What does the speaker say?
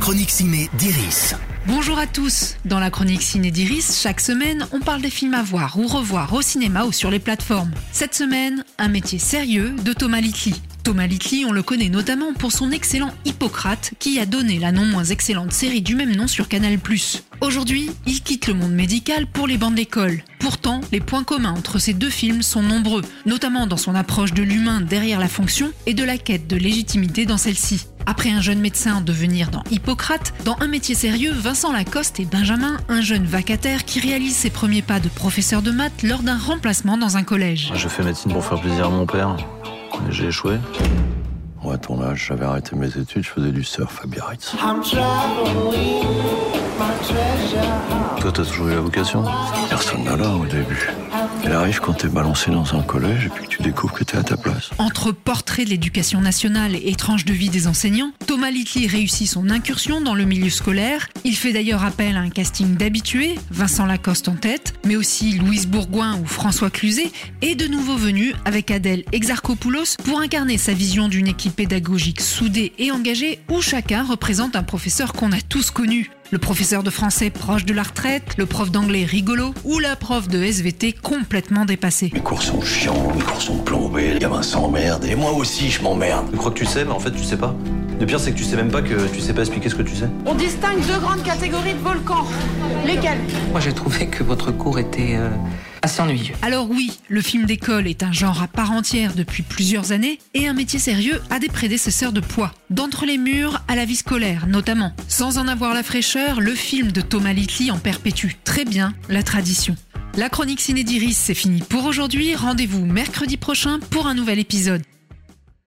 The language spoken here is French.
chronique ciné d'Iris. Bonjour à tous. Dans la chronique ciné d'Iris, chaque semaine, on parle des films à voir ou revoir au cinéma ou sur les plateformes. Cette semaine, Un métier sérieux de Thomas Litly. Thomas Litly, on le connaît notamment pour son excellent Hippocrate, qui a donné la non moins excellente série du même nom sur Canal+. Aujourd'hui, il quitte le monde médical pour les bancs d'école. Pourtant, les points communs entre ces deux films sont nombreux, notamment dans son approche de l'humain derrière la fonction et de la quête de légitimité dans celle-ci. Après un jeune médecin devenir dans Hippocrate, dans Un métier sérieux, Vincent Lacoste est Benjamin, un jeune vacataire qui réalise ses premiers pas de professeur de maths lors d'un remplacement dans un collège. J'ai fait médecine pour faire plaisir à mon père, mais j'ai échoué. Moi, à ton âge, j'avais arrêté mes études, je faisais du surf à Biarritz. Toi, t'as toujours eu la vocation? Personne n'a là au début. Elle arrive quand t'es balancé dans un collège et puis que tu découvres que t'es à ta place. Entre portrait de l'éducation nationale et tranche de vie des enseignants, Thomas Litly réussit son incursion dans le milieu scolaire. Il fait d'ailleurs appel à un casting d'habitués, Vincent Lacoste en tête, mais aussi Louise Bourgoin ou François Cluzet, et de nouveaux venus avec Adèle Exarchopoulos pour incarner sa vision d'une équipe pédagogique soudée et engagée où chacun représente un professeur qu'on a tous connu. Le professeur de français proche de la retraite, le prof d'anglais rigolo ou la prof de SVT complètement dépassée. Mes cours sont chiants, mes cours sont plombés, les gamins s'emmerdent et moi aussi je m'emmerde. Tu crois que tu sais, mais en fait tu sais pas. Le pire c'est que tu sais même pas que tu sais pas expliquer ce que tu sais. On distingue deux grandes catégories de volcans. Lesquelles? Moi j'ai trouvé que votre cours était assez ennuyeux. Alors oui, le film d'école est un genre à part entière depuis plusieurs années et Un métier sérieux a des prédécesseurs de poids. D'entre les murs à la vie scolaire notamment. Sans en avoir la fraîcheur, le film de Thomas Litly en perpétue très bien la tradition. La chronique ciné d'Iris, c'est fini pour aujourd'hui. Rendez-vous mercredi prochain pour un nouvel épisode.